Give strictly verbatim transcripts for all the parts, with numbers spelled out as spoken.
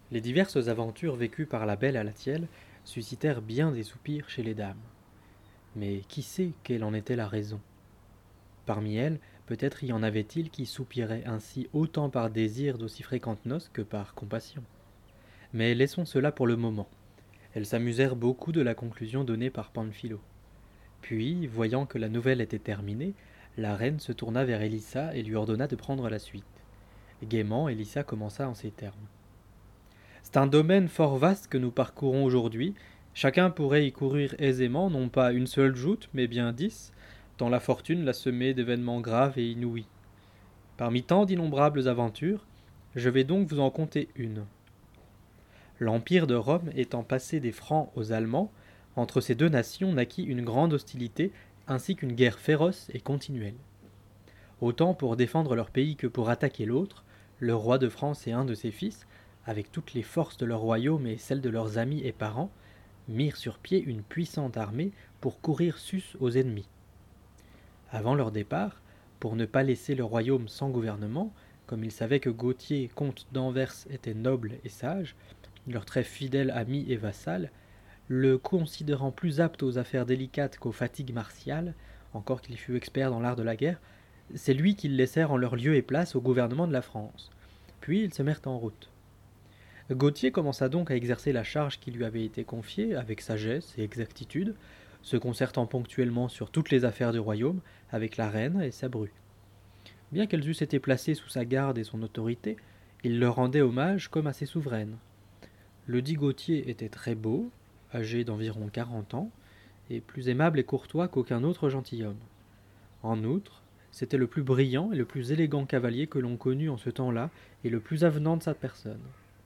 Les diverses aventures vécues par la belle à la tielle suscitèrent bien des soupirs chez les dames. Mais qui sait quelle en était la raison? Parmi elles, peut-être y en avait-il qui soupiraient ainsi autant par désir d'aussi fréquentes noces que par compassion. Mais laissons cela pour le moment. Elles s'amusèrent beaucoup de la conclusion donnée par Pamphilo. Puis, voyant que la nouvelle était terminée, la reine se tourna vers Élissa et lui ordonna de prendre la suite. Gaiement, Élissa commença en ces termes. C'est un domaine fort vaste que nous parcourons aujourd'hui. Chacun pourrait y courir aisément, non pas une seule joute, mais bien dix, tant la fortune l'a semé d'événements graves et inouïs. Parmi tant d'innombrables aventures, je vais donc vous en conter une. L'empire de Rome étant passé des Francs aux Allemands, entre ces deux nations naquit une grande hostilité ainsi qu'une guerre féroce et continuelle. Autant pour défendre leur pays que pour attaquer l'autre, le roi de France et un de ses fils, avec toutes les forces de leur royaume et celles de leurs amis et parents, mirent sur pied une puissante armée pour courir sus aux ennemis. Avant leur départ, pour ne pas laisser le royaume sans gouvernement, comme ils savaient que Gauthier, comte d'Anvers, était noble et sage, leur très fidèle ami et vassal, le considérant plus apte aux affaires délicates qu'aux fatigues martiales, encore qu'il fût expert dans l'art de la guerre, c'est lui qu'ils laissèrent en leur lieu et place au gouvernement de la France. Puis ils se mirent en route. Gauthier commença donc à exercer la charge qui lui avait été confiée avec sagesse et exactitude, se concertant ponctuellement sur toutes les affaires du royaume avec la reine et sa bru. Bien qu'elles eussent été placées sous sa garde et son autorité, il leur rendait hommage comme à ses souveraines. Le dit Gauthier était très beau, âgé d'environ quarante ans, et plus aimable et courtois qu'aucun autre gentilhomme. En outre, c'était le plus brillant et le plus élégant cavalier que l'on connût en ce temps-là, et le plus avenant de sa personne.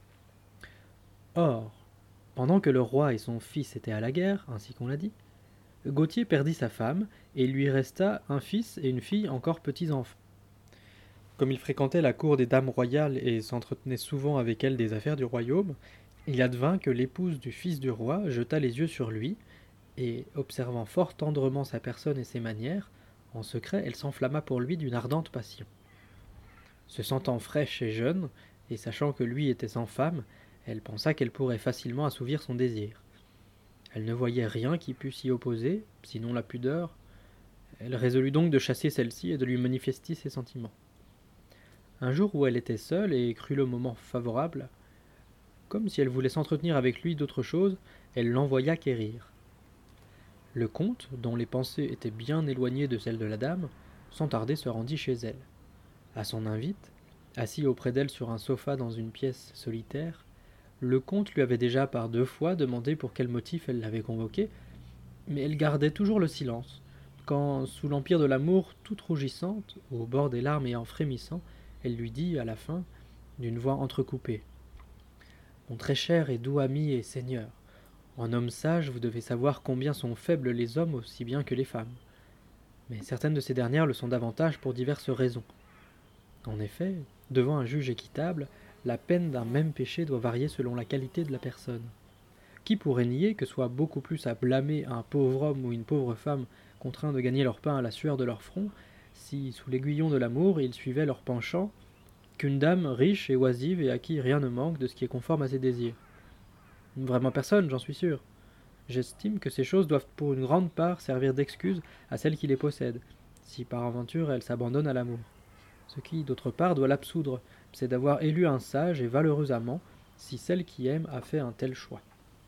Or, pendant que le roi et son fils étaient à la guerre, ainsi qu'on l'a dit, Gauthier perdit sa femme, et il lui resta un fils et une fille encore petits-enfants. Comme il fréquentait la cour des dames royales et s'entretenait souvent avec elles des affaires du royaume, il advint que l'épouse du fils du roi jeta les yeux sur lui, et, observant fort tendrement sa personne et ses manières, en secret elle s'enflamma pour lui d'une ardente passion. Se sentant fraîche et jeune, et sachant que lui était sans femme, elle pensa qu'elle pourrait facilement assouvir son désir. Elle ne voyait rien qui pût s'y opposer, sinon la pudeur. Elle résolut donc de chasser celle-ci et de lui manifester ses sentiments. Un jour où elle était seule et crut le moment favorable, comme si elle voulait s'entretenir avec lui d'autre chose, elle l'envoya quérir. Le comte, dont les pensées étaient bien éloignées de celles de la dame, sans tarder se rendit chez elle. À son invite, assis auprès d'elle sur un sofa dans une pièce solitaire, le comte lui avait déjà par deux fois demandé pour quel motif elle l'avait convoqué, mais elle gardait toujours le silence, quand, sous l'empire de l'amour, toute rougissante, au bord des larmes et en frémissant, elle lui dit, à la fin, d'une voix entrecoupée, « Mon très cher et doux ami et seigneur, en homme sage, vous devez savoir combien sont faibles les hommes aussi bien que les femmes. Mais certaines de ces dernières le sont davantage pour diverses raisons. En effet, devant un juge équitable, la peine d'un même péché doit varier selon la qualité de la personne. Qui pourrait nier que soit beaucoup plus à blâmer un pauvre homme ou une pauvre femme contraints de gagner leur pain à la sueur de leur front, si, sous l'aiguillon de l'amour, ils suivaient leur penchant, qu'une dame riche et oisive et à qui rien ne manque de ce qui est conforme à ses désirs? Vraiment personne, j'en suis sûr. J'estime que ces choses doivent pour une grande part servir d'excuse à celles qui les possèdent, si par aventure elles s'abandonnent à l'amour. Ce qui, d'autre part, doit l'absoudre, c'est d'avoir élu un sage et valeureux amant, si celle qui aime a fait un tel choix.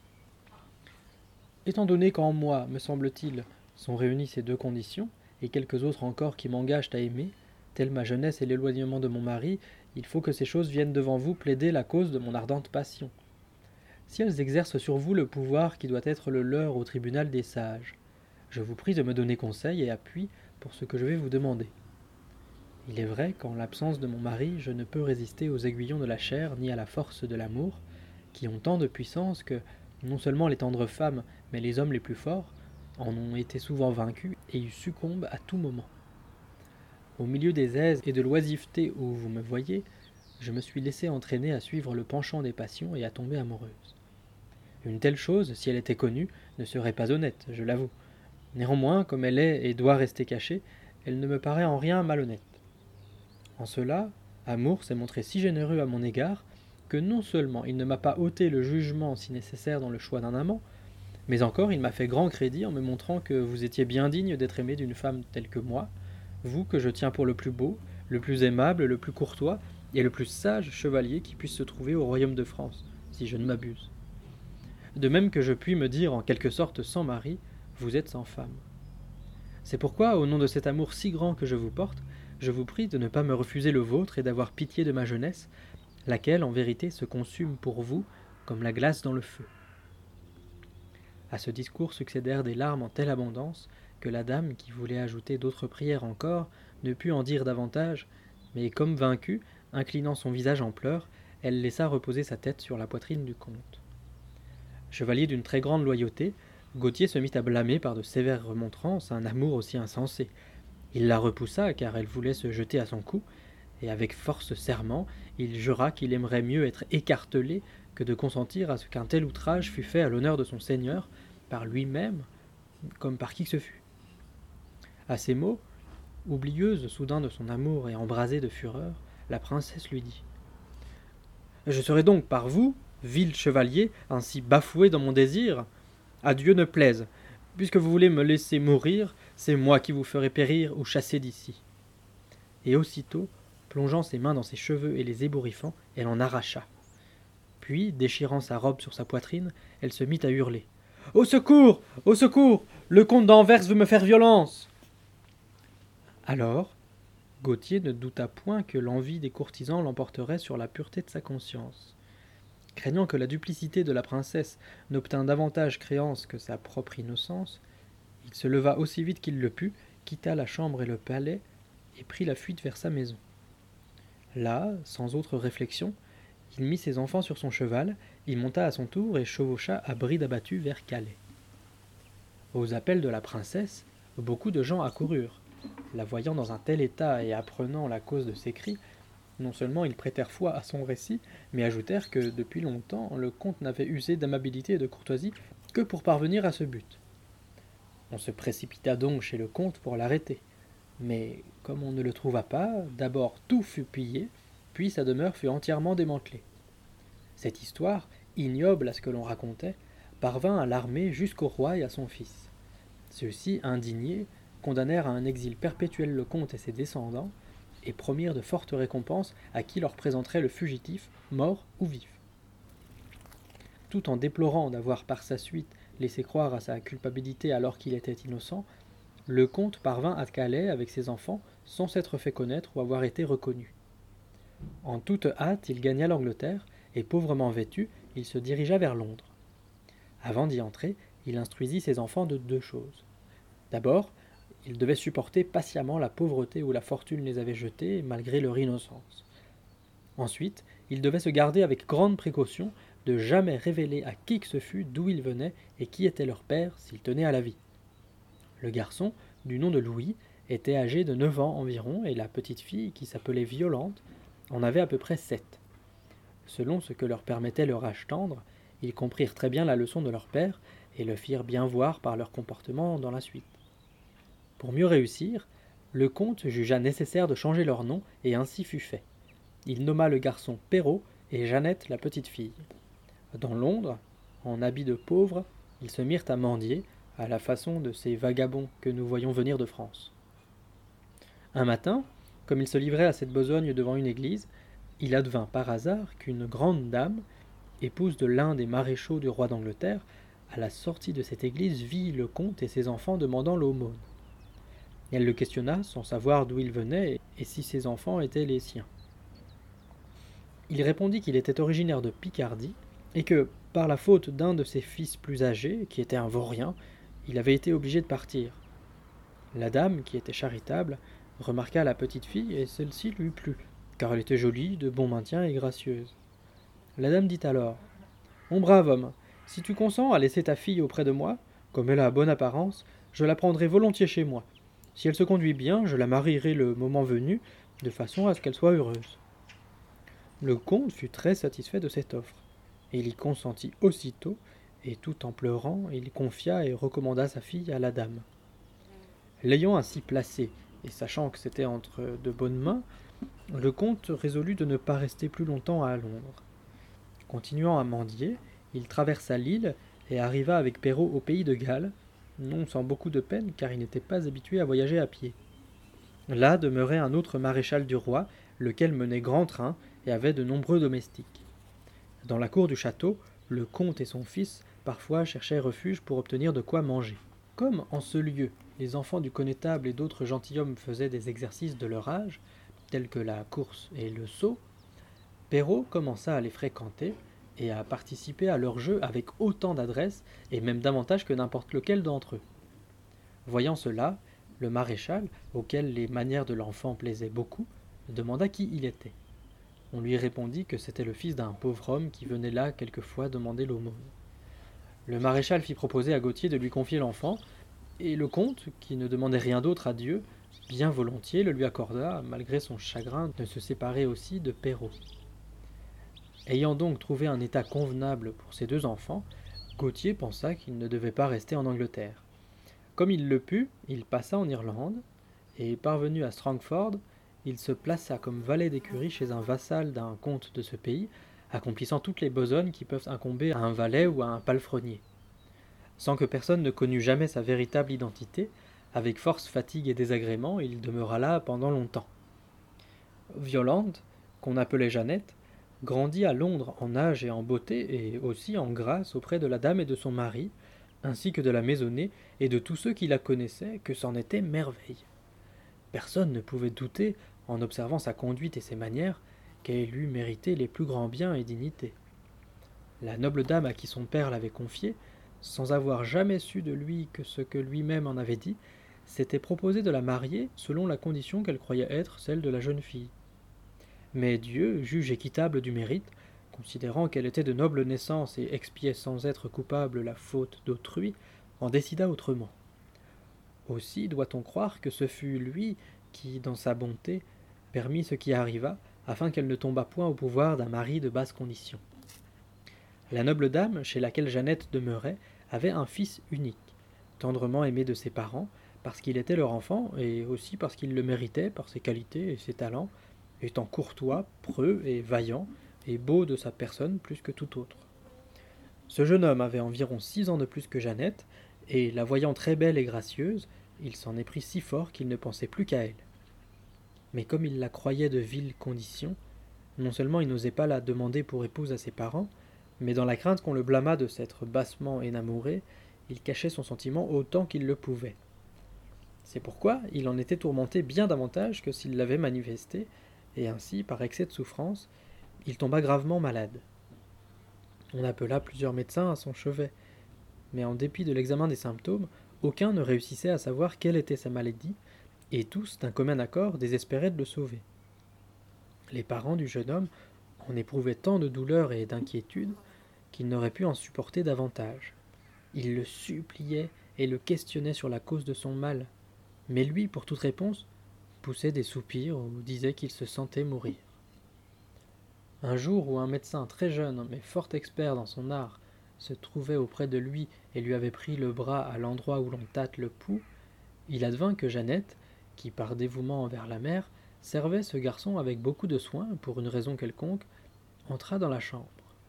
Étant donné qu'en moi, me semble-t-il, sont réunies ces deux conditions, et quelques autres encore qui m'engagent à aimer, telle ma jeunesse et l'éloignement de mon mari, il faut que ces choses viennent devant vous plaider la cause de mon ardente passion. Si elles exercent sur vous le pouvoir qui doit être le leur au tribunal des sages, je vous prie de me donner conseil et appui pour ce que je vais vous demander. Il est vrai qu'en l'absence de mon mari, je ne peux résister aux aiguillons de la chair ni à la force de l'amour, qui ont tant de puissance que, non seulement les tendres femmes, mais les hommes les plus forts, en ont été souvent vaincus et y succombent à tout moment. Au milieu des aises et de l'oisiveté où vous me voyez, je me suis laissé entraîner à suivre le penchant des passions et à tomber amoureuse. Une telle chose, si elle était connue, ne serait pas honnête, je l'avoue. Néanmoins, comme elle est et doit rester cachée, elle ne me paraît en rien malhonnête. En cela, Amour s'est montré si généreux à mon égard que non seulement il ne m'a pas ôté le jugement si nécessaire dans le choix d'un amant, mais encore il m'a fait grand crédit en me montrant que vous étiez bien digne d'être aimé d'une femme telle que moi, vous que je tiens pour le plus beau, le plus aimable, le plus courtois et le plus sage chevalier qui puisse se trouver au royaume de France, si je ne m'abuse. De même que je puis me dire en quelque sorte sans mari, vous êtes sans femme. C'est pourquoi, au nom de cet amour si grand que je vous porte, je vous prie de ne pas me refuser le vôtre et d'avoir pitié de ma jeunesse, laquelle en vérité se consume pour vous comme la glace dans le feu. À ce discours succédèrent des larmes en telle abondance que la dame, qui voulait ajouter d'autres prières encore, ne put en dire davantage, mais comme vaincue, inclinant son visage en pleurs, elle laissa reposer sa tête sur la poitrine du comte. Chevalier d'une très grande loyauté, Gauthier se mit à blâmer par de sévères remontrances un amour aussi insensé. Il la repoussa car elle voulait se jeter à son cou, et avec force serment, il jura qu'il aimerait mieux être écartelé que de consentir à ce qu'un tel outrage fût fait à l'honneur de son seigneur, par lui-même, comme par qui que ce fût. À ces mots, oublieuse soudain de son amour et embrasée de fureur, la princesse lui dit « Je serai donc par vous, vil chevalier, ainsi bafoué dans mon désir. À Dieu ne plaise, puisque vous voulez me laisser mourir, c'est moi qui vous ferai périr ou chasser d'ici. » Et aussitôt, plongeant ses mains dans ses cheveux et les ébouriffant, elle en arracha. Puis, déchirant sa robe sur sa poitrine, elle se mit à hurler. « Au secours! Au secours! Le comte d'Anvers veut me faire violence !» Alors, Gauthier ne douta point que l'envie des courtisans l'emporterait sur la pureté de sa conscience. Craignant que la duplicité de la princesse n'obtînt davantage créance que sa propre innocence, il se leva aussi vite qu'il le put, quitta la chambre et le palais, et prit la fuite vers sa maison. Là, sans autre réflexion, il mit ses enfants sur son cheval, il monta à son tour et chevaucha à bride abattue vers Calais. Aux appels de la princesse, beaucoup de gens accoururent. La voyant dans un tel état et apprenant la cause de ses cris, non seulement ils prêtèrent foi à son récit, mais ajoutèrent que, depuis longtemps, le comte n'avait usé d'amabilité et de courtoisie que pour parvenir à ce but. On se précipita donc chez le comte pour l'arrêter. Mais, comme on ne le trouva pas, d'abord tout fut pillé, puis sa demeure fut entièrement démantelée. Cette histoire, ignoble à ce que l'on racontait, parvint à l'armée jusqu'au roi et à son fils. Ceux-ci, indignés, condamnèrent à un exil perpétuel le comte et ses descendants, et promirent de fortes récompenses à qui leur présenterait le fugitif, mort ou vif. Tout en déplorant d'avoir par sa suite laissé croire à sa culpabilité alors qu'il était innocent, le comte parvint à Calais avec ses enfants sans s'être fait connaître ou avoir été reconnu. En toute hâte, il gagna l'Angleterre, et pauvrement vêtu, il se dirigea vers Londres. Avant d'y entrer, il instruisit ses enfants de deux choses. D'abord, ils devaient supporter patiemment la pauvreté où la fortune les avait jetés, malgré leur innocence. Ensuite, ils devaient se garder avec grande précaution de jamais révéler à qui que ce fût d'où ils venaient et qui était leur père s'ils tenaient à la vie. Le garçon, du nom de Louis, était âgé de neuf ans environ, et la petite fille, qui s'appelait Violante, en avait à peu près sept. Selon ce que leur permettait leur âge tendre, ils comprirent très bien la leçon de leur père et le firent bien voir par leur comportement dans la suite. Pour mieux réussir, le comte jugea nécessaire de changer leur nom, et ainsi fut fait. Il nomma le garçon Perrault et Jeannette la petite fille. Dans Londres, en habits de pauvres, ils se mirent à mendier, à la façon de ces vagabonds que nous voyons venir de France. Un matin, comme il se livrait à cette besogne devant une église, il advint par hasard qu'une grande dame, épouse de l'un des maréchaux du roi d'Angleterre, à la sortie de cette église vit le comte et ses enfants demandant l'aumône. Elle le questionna sans savoir d'où il venait et si ses enfants étaient les siens. Il répondit qu'il était originaire de Picardie et que, par la faute d'un de ses fils plus âgés, qui était un vaurien, il avait été obligé de partir. La dame, qui était charitable, remarqua la petite fille et celle-ci lui plut, car elle était jolie, de bon maintien et gracieuse. La dame dit alors « Mon brave homme, si tu consens à laisser ta fille auprès de moi, comme elle a bonne apparence, je la prendrai volontiers chez moi. Si elle se conduit bien, je la marierai le moment venu, de façon à ce qu'elle soit heureuse. » Le comte fut très satisfait de cette offre, et il y consentit aussitôt, et tout en pleurant, il confia et recommanda sa fille à la dame. L'ayant ainsi placée, et sachant que c'était entre de bonnes mains, le comte résolut de ne pas rester plus longtemps à Londres. Continuant à mendier, il traversa l'île et arriva avec Perrault au pays de Galles, non sans beaucoup de peine car il n'était pas habitué à voyager à pied. Là demeurait un autre maréchal du roi, lequel menait grand train et avait de nombreux domestiques. Dans la cour du château, le comte et son fils parfois cherchaient refuge pour obtenir de quoi manger. Comme en ce lieu, les enfants du connétable et d'autres gentilshommes faisaient des exercices de leur âge, tels que la course et le saut, Perrault commença à les fréquenter et à participer à leurs jeux avec autant d'adresse et même davantage que n'importe lequel d'entre eux. Voyant cela, le maréchal, auquel les manières de l'enfant plaisaient beaucoup, demanda qui il était. On lui répondit que c'était le fils d'un pauvre homme qui venait là quelquefois demander l'aumône. Le maréchal fit proposer à Gauthier de lui confier l'enfant, et le comte, qui ne demandait rien d'autre à Dieu, bien volontiers le lui accorda, malgré son chagrin de se séparer aussi de Perrault. Ayant donc trouvé un état convenable pour ses deux enfants, Gauthier pensa qu'il ne devait pas rester en Angleterre. Comme il le put, il passa en Irlande, et parvenu à Strangford, il se plaça comme valet d'écurie chez un vassal d'un comte de ce pays, accomplissant toutes les besognes qui peuvent incomber à un valet ou à un palefrenier. Sans que personne ne connût jamais sa véritable identité, avec force, fatigue et désagréments, il demeura là pendant longtemps. Violande, qu'on appelait Jeannette, grandit à Londres en âge et en beauté, et aussi en grâce auprès de la dame et de son mari, ainsi que de la maisonnée et de tous ceux qui la connaissaient, que c'en était merveille. Personne ne pouvait douter, en observant sa conduite et ses manières, qu'elle eût mérité les plus grands biens et dignités. La noble dame à qui son père l'avait confiée, sans avoir jamais su de lui que ce que lui-même en avait dit, s'était proposé de la marier selon la condition qu'elle croyait être celle de la jeune fille. Mais Dieu, juge équitable du mérite, considérant qu'elle était de noble naissance et expiait sans être coupable la faute d'autrui, en décida autrement. Aussi doit-on croire que ce fut lui qui, dans sa bonté, permit ce qui arriva, afin qu'elle ne tombât point au pouvoir d'un mari de basse condition. La noble dame, chez laquelle Jeannette demeurait, avait un fils unique, tendrement aimé de ses parents, parce qu'il était leur enfant, et aussi parce qu'il le méritait par ses qualités et ses talents, étant courtois, preux et vaillant, et beau de sa personne plus que tout autre. Ce jeune homme avait environ six ans de plus que Jeannette, et la voyant très belle et gracieuse, il s'en est pris si fort qu'il ne pensait plus qu'à elle. Mais comme il la croyait de vile condition, non seulement il n'osait pas la demander pour épouse à ses parents, mais dans la crainte qu'on le blâmât de s'être bassement énamouré, il cachait son sentiment autant qu'il le pouvait. C'est pourquoi il en était tourmenté bien davantage que s'il l'avait manifesté, et ainsi, par excès de souffrance, il tomba gravement malade. On appela plusieurs médecins à son chevet, mais en dépit de l'examen des symptômes, aucun ne réussissait à savoir quelle était sa maladie, et tous, d'un commun accord, désespéraient de le sauver. Les parents du jeune homme en éprouvaient tant de douleur et d'inquiétude qu'ils n'auraient pu en supporter davantage. Ils le suppliaient et le questionnaient sur la cause de son mal, mais lui, pour toute réponse, poussait des soupirs ou disait qu'il se sentait mourir. Un jour où un médecin très jeune mais fort expert dans son art se trouvait auprès de lui et lui avait pris le bras à l'endroit où l'on tâte le pouls, il advint que Jeannette, qui par dévouement envers la mère, servait ce garçon avec beaucoup de soin, pour une raison quelconque, entra dans la chambre.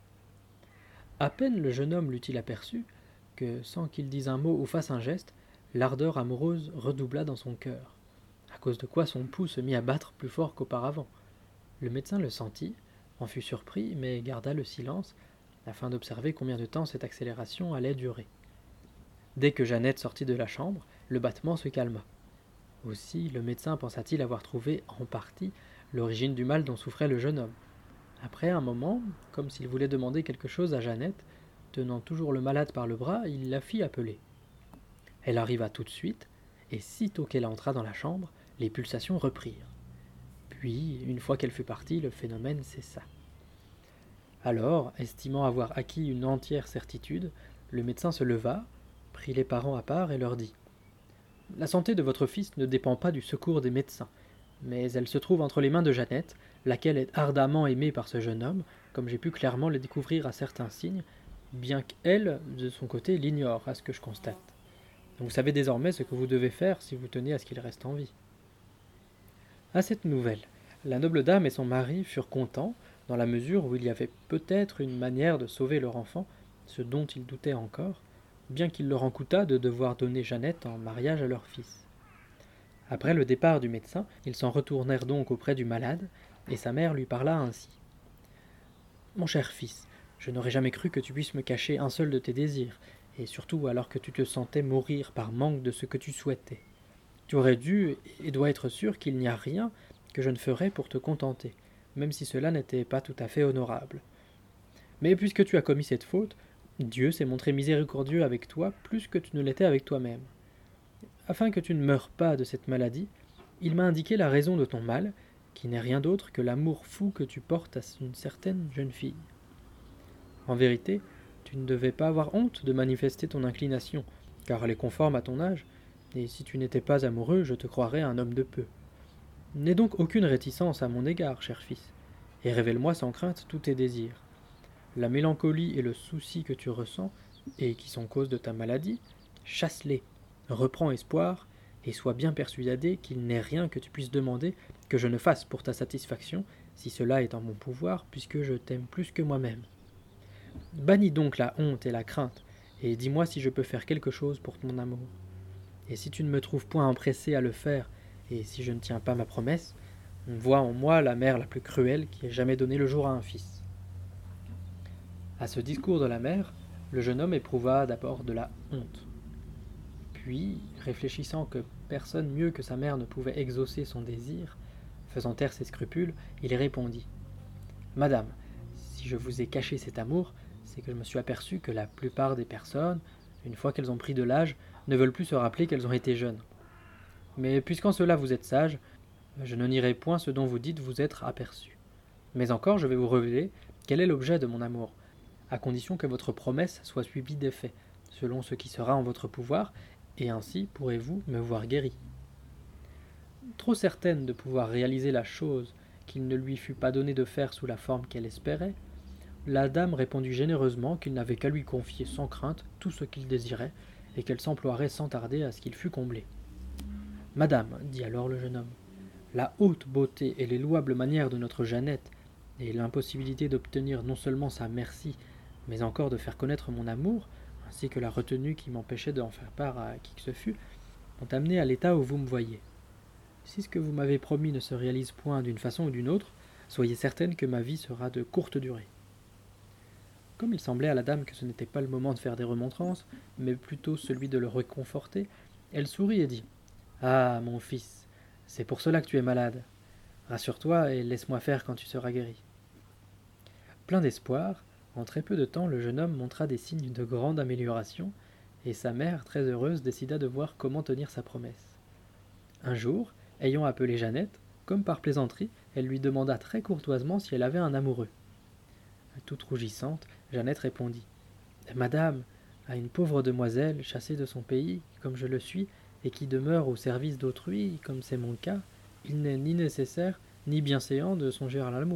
À peine le jeune homme l'eut-il aperçu, que, sans qu'il dise un mot ou fasse un geste, l'ardeur amoureuse redoubla dans son cœur, à cause de quoi son pouls se mit à battre plus fort qu'auparavant. Le médecin le sentit, en fut surpris, mais garda le silence, afin d'observer combien de temps cette accélération allait durer. Dès que Jeannette sortit de la chambre, le battement se calma. Aussi le médecin pensa-t-il avoir trouvé, en partie, l'origine du mal dont souffrait le jeune homme. Après un moment, comme s'il voulait demander quelque chose à Jeannette, tenant toujours le malade par le bras, il la fit appeler. Elle arriva tout de suite, et sitôt qu'elle entra dans la chambre, les pulsations reprirent. Puis, une fois qu'elle fut partie, le phénomène cessa. Alors, estimant avoir acquis une entière certitude, le médecin se leva, prit les parents à part et leur dit « La santé de votre fils ne dépend pas du secours des médecins, mais elle se trouve entre les mains de Jeannette, laquelle est ardemment aimée par ce jeune homme, comme j'ai pu clairement le découvrir à certains signes, bien qu'elle, de son côté, l'ignore, à ce que je constate. Donc vous savez désormais ce que vous devez faire si vous tenez à ce qu'il reste en vie. » À cette nouvelle, la noble dame et son mari furent contents, dans la mesure où il y avait peut-être une manière de sauver leur enfant, ce dont il doutait encore, bien qu'il leur en coûtât de devoir donner Jeannette en mariage à leur fils. Après le départ du médecin, ils s'en retournèrent donc auprès du malade, et sa mère lui parla ainsi. « Mon cher fils, je n'aurais jamais cru que tu puisses me cacher un seul de tes désirs, et surtout alors que tu te sentais mourir par manque de ce que tu souhaitais. Tu aurais dû et dois être sûr qu'il n'y a rien que je ne ferais pour te contenter, même si cela n'était pas tout à fait honorable. Mais puisque tu as commis cette faute, Dieu s'est montré miséricordieux avec toi plus que tu ne l'étais avec toi-même. Afin que tu ne meures pas de cette maladie, il m'a indiqué la raison de ton mal, qui n'est rien d'autre que l'amour fou que tu portes à une certaine jeune fille. En vérité, tu ne devais pas avoir honte de manifester ton inclination, car elle est conforme à ton âge, et si tu n'étais pas amoureux, je te croirais un homme de peu. N'aie donc aucune réticence à mon égard, cher fils, et révèle-moi sans crainte tous tes désirs. La mélancolie et le souci que tu ressens, et qui sont cause de ta maladie, chasse-les, reprends espoir, et sois bien persuadé qu'il n'est rien que tu puisses demander que je ne fasse pour ta satisfaction, si cela est en mon pouvoir, puisque je t'aime plus que moi-même. Bannis donc la honte et la crainte, et dis-moi si je peux faire quelque chose pour ton amour. Et si tu ne me trouves point empressé à le faire, et si je ne tiens pas ma promesse, on voit en moi la mère la plus cruelle qui ait jamais donné le jour à un fils. » À ce discours de la mère, le jeune homme éprouva d'abord de la honte. Puis, réfléchissant que personne mieux que sa mère ne pouvait exaucer son désir, faisant taire ses scrupules, il répondit « Madame, si je vous ai caché cet amour, c'est que je me suis aperçu que la plupart des personnes, une fois qu'elles ont pris de l'âge, ne veulent plus se rappeler qu'elles ont été jeunes. Mais puisqu'en cela vous êtes sage, je ne nierai point ce dont vous dites vous être aperçu. Mais encore, je vais vous révéler quel est l'objet de mon amour, à condition que votre promesse soit suivie d'effet, selon ce qui sera en votre pouvoir, et ainsi pourrez-vous me voir guéri. » Trop certaine de pouvoir réaliser la chose qu'il ne lui fut pas donné de faire sous la forme qu'elle espérait, la dame répondit généreusement qu'il n'avait qu'à lui confier sans crainte tout ce qu'il désirait, et qu'elle s'emploierait sans tarder à ce qu'il fût comblé. « Madame, dit alors le jeune homme, la haute beauté et les louables manières de notre Jeannette, et l'impossibilité d'obtenir non seulement sa merci, mais encore de faire connaître mon amour, ainsi que la retenue qui m'empêchait d'en faire part à qui que ce fût, m'ont amené à l'état où vous me voyez. Si ce que vous m'avez promis ne se réalise point d'une façon ou d'une autre, soyez certaine que ma vie sera de courte durée. » Comme il semblait à la dame que ce n'était pas le moment de faire des remontrances, mais plutôt celui de le réconforter, elle sourit et dit « Ah, mon fils, c'est pour cela que tu es malade. Rassure-toi et laisse-moi faire quand tu seras guéri. » Plein d'espoir, en très peu de temps, le jeune homme montra des signes de grande amélioration, et sa mère, très heureuse, décida de voir comment tenir sa promesse. Un jour, ayant appelé Jeannette, comme par plaisanterie, elle lui demanda très courtoisement si elle avait un amoureux. Toute rougissante, Jeannette répondit « Madame, à une pauvre demoiselle chassée de son pays, comme je le suis, et qui demeure au service d'autrui, comme c'est mon cas, il n'est ni nécessaire ni bienséant de songer à l'amour. »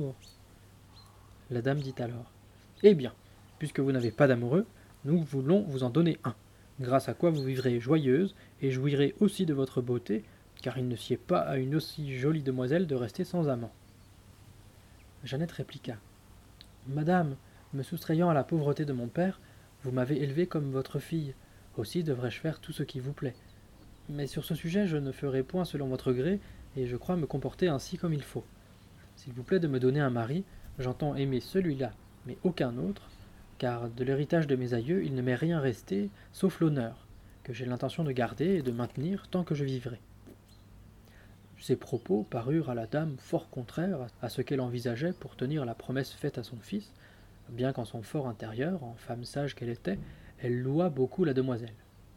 La dame dit alors « Eh bien, puisque vous n'avez pas d'amoureux, nous voulons vous en donner un, grâce à quoi vous vivrez joyeuse et jouirez aussi de votre beauté, car il ne sied pas à une aussi jolie demoiselle de rester sans amant. » Jeannette répliqua « Madame, me soustrayant à la pauvreté de mon père, vous m'avez élevée comme votre fille, aussi devrais-je faire tout ce qui vous plaît. Mais sur ce sujet, je ne ferai point selon votre gré, et je crois me comporter ainsi comme il faut. S'il vous plaît de me donner un mari, j'entends aimer celui-là, mais aucun autre, car de l'héritage de mes aïeux, il ne m'est rien resté, sauf l'honneur, que j'ai l'intention de garder et de maintenir tant que je vivrai. » Ces propos parurent à la dame fort contraires à ce qu'elle envisageait pour tenir la promesse faite à son fils, bien qu'en son fort intérieur, en femme sage qu'elle était, elle loua beaucoup la demoiselle.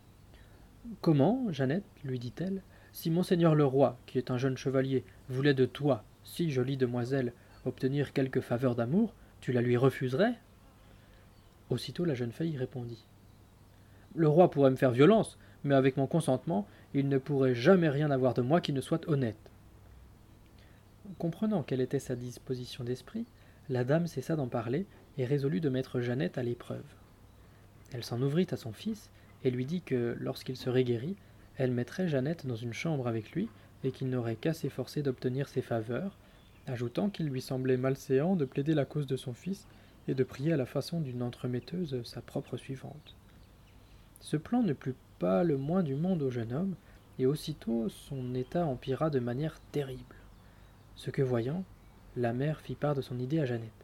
« Comment, Jeannette, lui dit-elle, si monseigneur le roi, qui est un jeune chevalier, voulait de toi, si jolie demoiselle, obtenir quelque faveur d'amour, tu la lui refuserais ?» Aussitôt la jeune fille répondit « Le roi pourrait me faire violence, mais avec mon consentement, il ne pourrait jamais rien avoir de moi qui ne soit honnête. » Comprenant quelle était sa disposition d'esprit, la dame cessa d'en parler et résolut de mettre Jeannette à l'épreuve. Elle s'en ouvrit à son fils et lui dit que, lorsqu'il serait guéri, elle mettrait Jeannette dans une chambre avec lui et qu'il n'aurait qu'à s'efforcer d'obtenir ses faveurs, ajoutant qu'il lui semblait malséant de plaider la cause de son fils et de prier à la façon d'une entremetteuse sa propre suivante. Ce plan ne plut pas le moins du monde au jeune homme, et aussitôt son état empira de manière terrible. Ce que voyant, la mère fit part de son idée à Jeannette.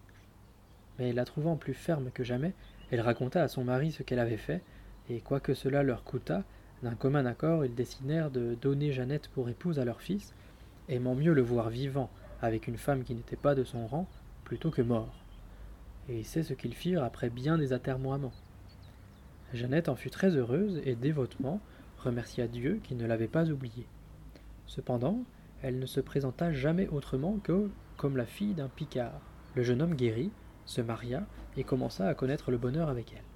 Mais la trouvant plus ferme que jamais, elle raconta à son mari ce qu'elle avait fait, et quoique cela leur coûtât, d'un commun accord ils décidèrent de donner Jeannette pour épouse à leur fils, aimant mieux le voir vivant avec une femme qui n'était pas de son rang, plutôt que mort. Et c'est ce qu'ils firent après bien des atermoiements. Jeannette en fut très heureuse et dévotement remercia Dieu qui ne l'avait pas oubliée. Cependant, elle ne se présenta jamais autrement que comme la fille d'un picard. Le jeune homme guérit, se maria et commença à connaître le bonheur avec elle.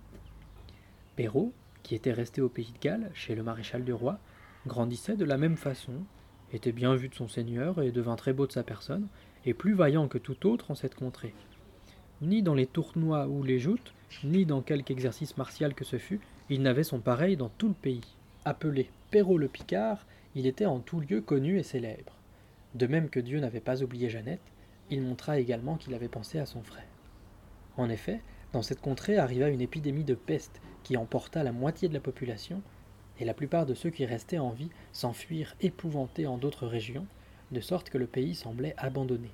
Perrault, qui était resté au pays de Galles, chez le maréchal du roi, grandissait de la même façon, était bien vu de son seigneur et devint très beau de sa personne, et plus vaillant que tout autre en cette contrée. Ni dans les tournois ou les joutes, ni dans quelque exercice martial que ce fût, il n'avait son pareil dans tout le pays. Appelé Perrault le Picard, il était en tout lieu connu et célèbre. De même que Dieu n'avait pas oublié Jeannette, il montra également qu'il avait pensé à son frère. En effet, dans cette contrée arriva une épidémie de peste qui emporta la moitié de la population, et la plupart de ceux qui restaient en vie s'enfuirent épouvantés en d'autres régions, de sorte que le pays semblait abandonné.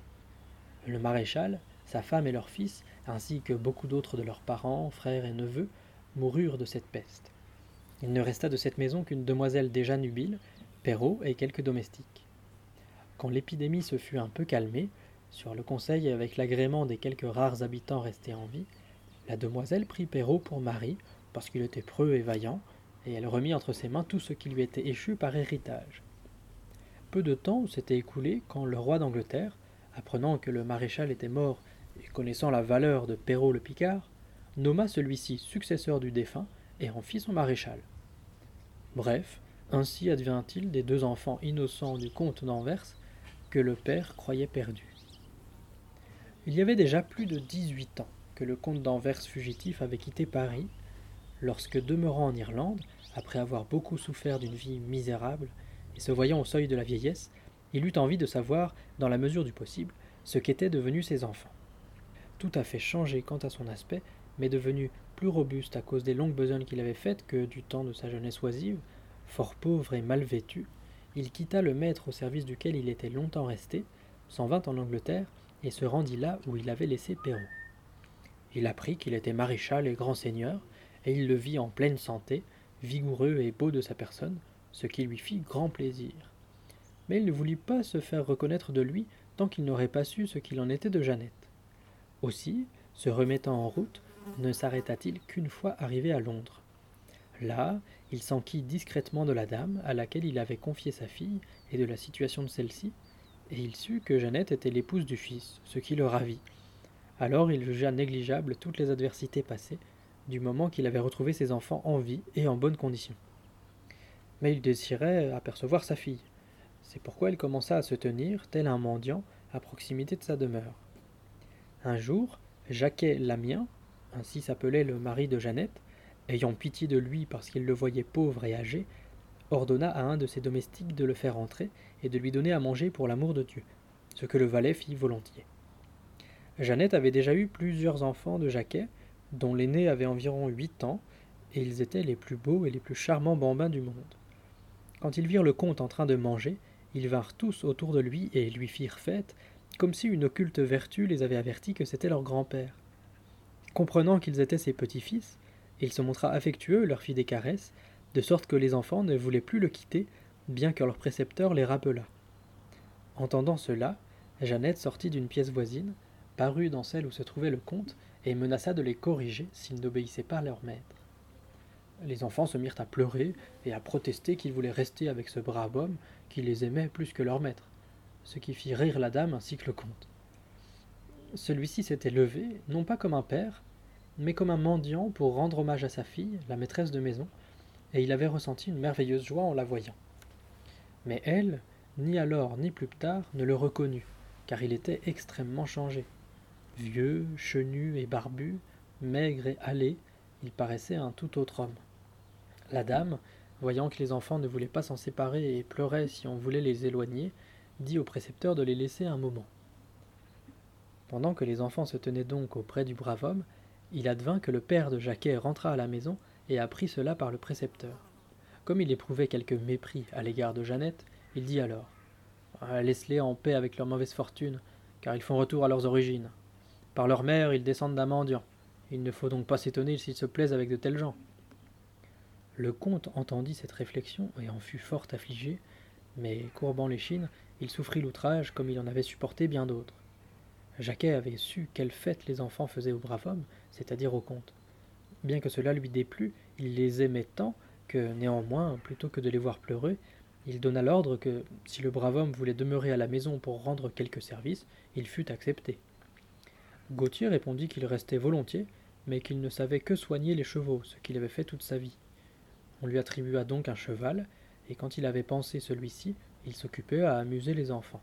Le maréchal, sa femme et leur fils, ainsi que beaucoup d'autres de leurs parents, frères et neveux, moururent de cette peste. Il ne resta de cette maison qu'une demoiselle déjà nubile, Perrault et quelques domestiques. Quand l'épidémie se fut un peu calmée, sur le conseil et avec l'agrément des quelques rares habitants restés en vie, la demoiselle prit Perrault pour mari, parce qu'il était preux et vaillant, et elle remit entre ses mains tout ce qui lui était échu par héritage. Peu de temps s'était écoulé quand le roi d'Angleterre, apprenant que le maréchal était mort et connaissant la valeur de Perrault le Picard, nomma celui-ci successeur du défunt et en fit son maréchal. Bref, ainsi advint-il des deux enfants innocents du comte d'Anvers que le père croyait perdus. Il y avait déjà plus de dix-huit ans que le comte d'Anvers fugitif avait quitté Paris, lorsque, demeurant en Irlande, après avoir beaucoup souffert d'une vie misérable, et se voyant au seuil de la vieillesse, il eut envie de savoir, dans la mesure du possible, ce qu'étaient devenus ses enfants. Tout à fait changé quant à son aspect, mais devenu plus robuste à cause des longues besognes qu'il avait faites que, du temps de sa jeunesse oisive, fort pauvre et mal vêtu, il quitta le maître au service duquel il était longtemps resté, s'en vint en Angleterre et se rendit là où il avait laissé Perrault. Il apprit qu'il était maréchal et grand seigneur, et il le vit en pleine santé, vigoureux et beau de sa personne, ce qui lui fit grand plaisir. Mais il ne voulut pas se faire reconnaître de lui tant qu'il n'aurait pas su ce qu'il en était de Jeannette. Aussi, se remettant en route, ne s'arrêta-t-il qu'une fois arrivé à Londres. Là, il s'enquit discrètement de la dame à laquelle il avait confié sa fille et de la situation de celle-ci, et il sut que Jeannette était l'épouse du fils, ce qui le ravit. Alors il jugea négligeable toutes les adversités passées, du moment qu'il avait retrouvé ses enfants en vie et en bonne condition. Mais il désirait apercevoir sa fille. C'est pourquoi il commença à se tenir, tel un mendiant, à proximité de sa demeure. Un jour, Jacquet Lamien, ainsi s'appelait le mari de Jeannette, ayant pitié de lui parce qu'il le voyait pauvre et âgé, ordonna à un de ses domestiques de le faire entrer et de lui donner à manger pour l'amour de Dieu, ce que le valet fit volontiers. Jeannette avait déjà eu plusieurs enfants de Jacquet, dont l'aîné avait environ huit ans, et ils étaient les plus beaux et les plus charmants bambins du monde. Quand ils virent le comte en train de manger, ils vinrent tous autour de lui et lui firent fête, comme si une occulte vertu les avait avertis que c'était leur grand-père. Comprenant qu'ils étaient ses petits-fils, il se montra affectueux, leur fit des caresses, de sorte que les enfants ne voulaient plus le quitter, bien que leur précepteur les rappelât. Entendant cela, Jeannette sortit d'une pièce voisine, parut dans celle où se trouvait le comte, et menaça de les corriger s'ils n'obéissaient pas à leur maître. Les enfants se mirent à pleurer et à protester qu'ils voulaient rester avec ce brave homme qui les aimait plus que leur maître, ce qui fit rire la dame ainsi que le comte. Celui-ci s'était levé, non pas comme un père, mais comme un mendiant pour rendre hommage à sa fille, la maîtresse de maison, et il avait ressenti une merveilleuse joie en la voyant. Mais elle, ni alors ni plus tard, ne le reconnut, car il était extrêmement changé. Vieux, chenu et barbu, maigre et hâlé, il paraissait un tout autre homme. La dame, voyant que les enfants ne voulaient pas s'en séparer et pleuraient si on voulait les éloigner, dit au précepteur de les laisser un moment. Pendant que les enfants se tenaient donc auprès du brave homme, il advint que le père de Jacquet rentra à la maison et apprit cela par le précepteur. Comme il éprouvait quelque mépris à l'égard de Jeannette, il dit alors ah, « Laisse-les en paix avec leur mauvaise fortune, car ils font retour à leurs origines. Par leur mère, ils descendent d'un mendiant. Il ne faut donc pas s'étonner s'ils se plaisent avec de tels gens. » Le comte entendit cette réflexion et en fut fort affligé, mais courbant l'échine, il souffrit l'outrage comme il en avait supporté bien d'autres. Jacquet avait su quelle fête les enfants faisaient au brave homme, c'est-à-dire au comte. Bien que cela lui déplut, il les aimait tant que, néanmoins, plutôt que de les voir pleurer, il donna l'ordre que, si le brave homme voulait demeurer à la maison pour rendre quelque service, il fût accepté. Gauthier répondit qu'il restait volontiers, mais qu'il ne savait que soigner les chevaux, ce qu'il avait fait toute sa vie. On lui attribua donc un cheval, et quand il avait pensé celui-ci, il s'occupait à amuser les enfants.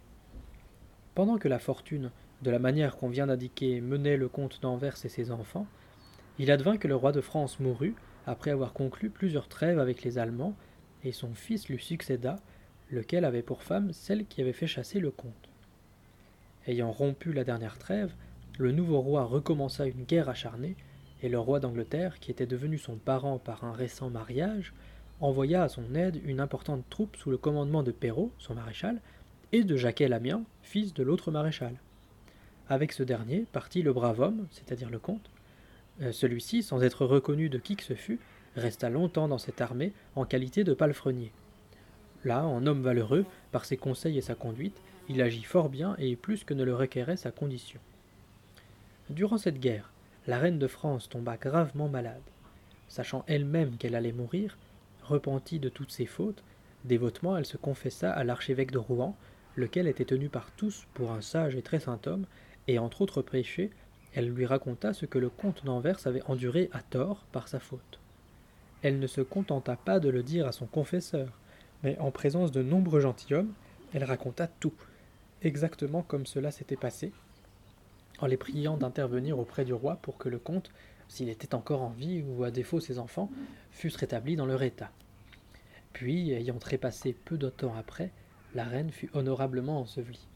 Pendant que la fortune, de la manière qu'on vient d'indiquer, menait le comte d'Anvers et ses enfants, il advint que le roi de France mourut, après avoir conclu plusieurs trêves avec les Allemands, et son fils lui succéda, lequel avait pour femme celle qui avait fait chasser le comte. Ayant rompu la dernière trêve, le nouveau roi recommença une guerre acharnée, et le roi d'Angleterre, qui était devenu son parent par un récent mariage, envoya à son aide une importante troupe sous le commandement de Perrot, son maréchal, et de Jacquet l'Amien, fils de l'autre maréchal. Avec ce dernier partit le brave homme, c'est-à-dire le comte. Euh, celui-ci, sans être reconnu de qui que ce fût, resta longtemps dans cette armée en qualité de palefrenier. Là, en homme valeureux, par ses conseils et sa conduite, il agit fort bien et plus que ne le requérait sa condition. Durant cette guerre, la reine de France tomba gravement malade. Sachant elle-même qu'elle allait mourir, repentie de toutes ses fautes, dévotement elle se confessa à l'archevêque de Rouen, lequel était tenu par tous pour un sage et très saint homme, et entre autres péchés, elle lui raconta ce que le comte d'Anvers avait enduré à tort par sa faute. Elle ne se contenta pas de le dire à son confesseur, mais en présence de nombreux gentilshommes, elle raconta tout, exactement comme cela s'était passé, en les priant d'intervenir auprès du roi pour que le comte, s'il était encore en vie ou à défaut ses enfants, fussent rétablis dans leur état. Puis, ayant trépassé peu de temps après, la reine fut honorablement ensevelie.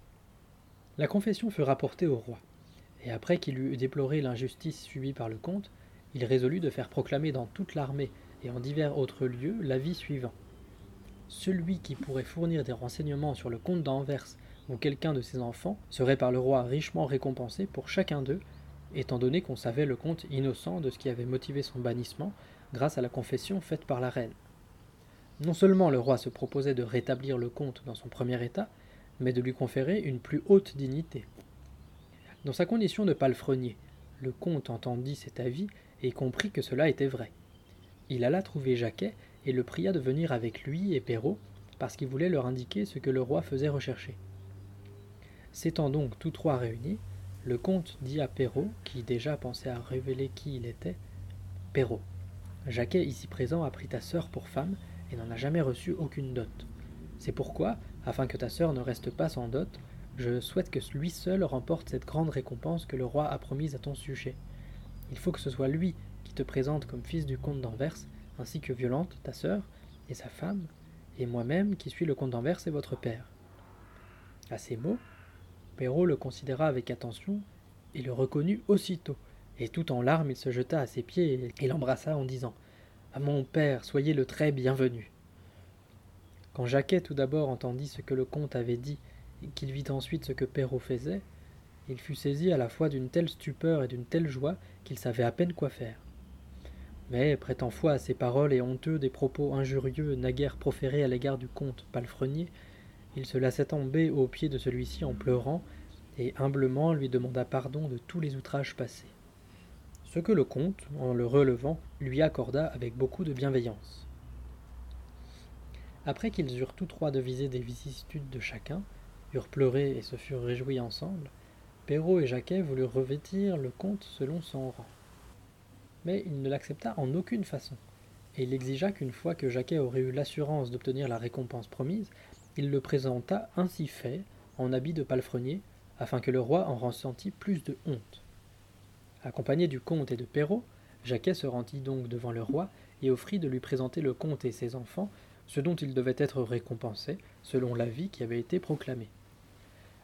La confession fut rapportée au roi, et après qu'il eut déploré l'injustice subie par le comte, il résolut de faire proclamer dans toute l'armée et en divers autres lieux l'avis suivant. Celui qui pourrait fournir des renseignements sur le comte d'Anvers ou quelqu'un de ses enfants serait par le roi richement récompensé pour chacun d'eux, étant donné qu'on savait le comte innocent de ce qui avait motivé son bannissement grâce à la confession faite par la reine. Non seulement le roi se proposait de rétablir le comte dans son premier état, mais de lui conférer une plus haute dignité. Dans sa condition de palefrenier, le comte entendit cet avis et comprit que cela était vrai. Il alla trouver Jacquet et le pria de venir avec lui et Perrot, parce qu'il voulait leur indiquer ce que le roi faisait rechercher. S'étant donc tous trois réunis, le comte dit à Perrot, qui déjà pensait à révéler qui il était, « Perrot, Jacquet ici présent a pris ta sœur pour femme et n'en a jamais reçu aucune dot. C'est pourquoi, afin que ta sœur ne reste pas sans dot, je souhaite que lui seul remporte cette grande récompense que le roi a promise à ton sujet. Il faut que ce soit lui qui te présente comme fils du comte d'Anvers, ainsi que Violante, ta sœur, et sa femme, et moi-même qui suis le comte d'Anvers et votre père. » À ces mots, Perrot le considéra avec attention et le reconnut aussitôt, et tout en larmes il se jeta à ses pieds et l'embrassa en disant « À mon père, soyez le très bienvenu. » Quand Jacquet tout d'abord entendit ce que le comte avait dit et qu'il vit ensuite ce que Perrot faisait, il fut saisi à la fois d'une telle stupeur et d'une telle joie qu'il savait à peine quoi faire. Mais, prêtant foi à ces paroles et honteux des propos injurieux naguère proférés à l'égard du comte palefrenier, il se laissa tomber aux pieds de celui-ci en pleurant, et humblement lui demanda pardon de tous les outrages passés. Ce que le comte, en le relevant, lui accorda avec beaucoup de bienveillance. Après qu'ils eurent tous trois devisé des vicissitudes de chacun, eurent pleuré et se furent réjouis ensemble, Perrot et Jacquet voulurent revêtir le comte selon son rang. Mais il ne l'accepta en aucune façon, et il exigea qu'une fois que Jacquet aurait eu l'assurance d'obtenir la récompense promise, il le présenta ainsi fait, en habit de palefrenier, afin que le roi en ressentît plus de honte. Accompagné du comte et de Perrot, Jacquet se rendit donc devant le roi et offrit de lui présenter le comte et ses enfants, ce dont il devait être récompensé, selon l'avis qui avait été proclamé.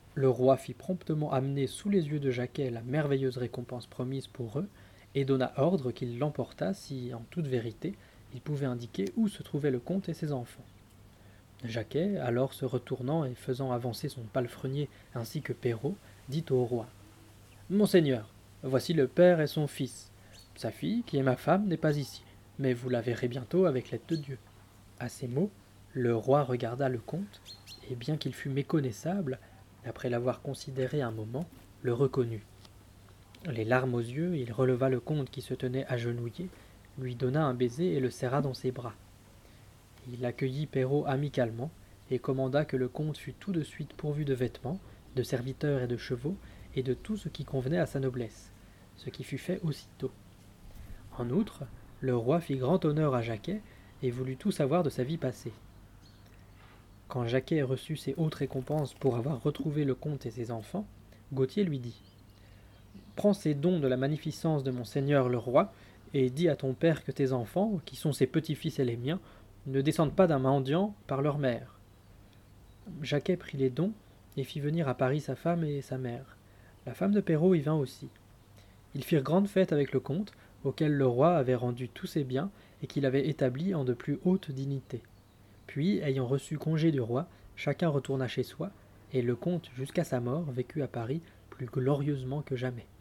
Le roi fit promptement amener sous les yeux de Jacquet la merveilleuse récompense promise pour eux, et donna ordre qu'il l'emportât si, en toute vérité, il pouvait indiquer où se trouvaient le comte et ses enfants. Jacquet, alors se retournant et faisant avancer son palefrenier ainsi que Perrault, dit au roi « Monseigneur, voici le père et son fils. Sa fille, qui est ma femme, n'est pas ici, mais vous la verrez bientôt avec l'aide de Dieu. » À ces mots, le roi regarda le comte, et bien qu'il fût méconnaissable, après l'avoir considéré un moment, le reconnut. Les larmes aux yeux, il releva le comte qui se tenait agenouillé, lui donna un baiser et le serra dans ses bras. Il accueillit Perrault amicalement et commanda que le comte fût tout de suite pourvu de vêtements, de serviteurs et de chevaux, et de tout ce qui convenait à sa noblesse, ce qui fut fait aussitôt. En outre, le roi fit grand honneur à Jacquet et voulut tout savoir de sa vie passée. Quand Jacquet reçut ces hautes récompenses pour avoir retrouvé le comte et ses enfants, Gauthier lui dit « Prends ces dons de la magnificence de mon seigneur le roi, et dis à ton père que tes enfants, qui sont ses petits-fils et les miens, ne descendent pas d'un mendiant par leur mère. » Jacquet prit les dons et fit venir à Paris sa femme et sa mère. La femme de Perrault y vint aussi. Ils firent grande fête avec le comte, auquel le roi avait rendu tous ses biens et qu'il avait établi en de plus hautes dignités. Puis, ayant reçu congé du roi, chacun retourna chez soi, et le comte, jusqu'à sa mort, vécut à Paris plus glorieusement que jamais.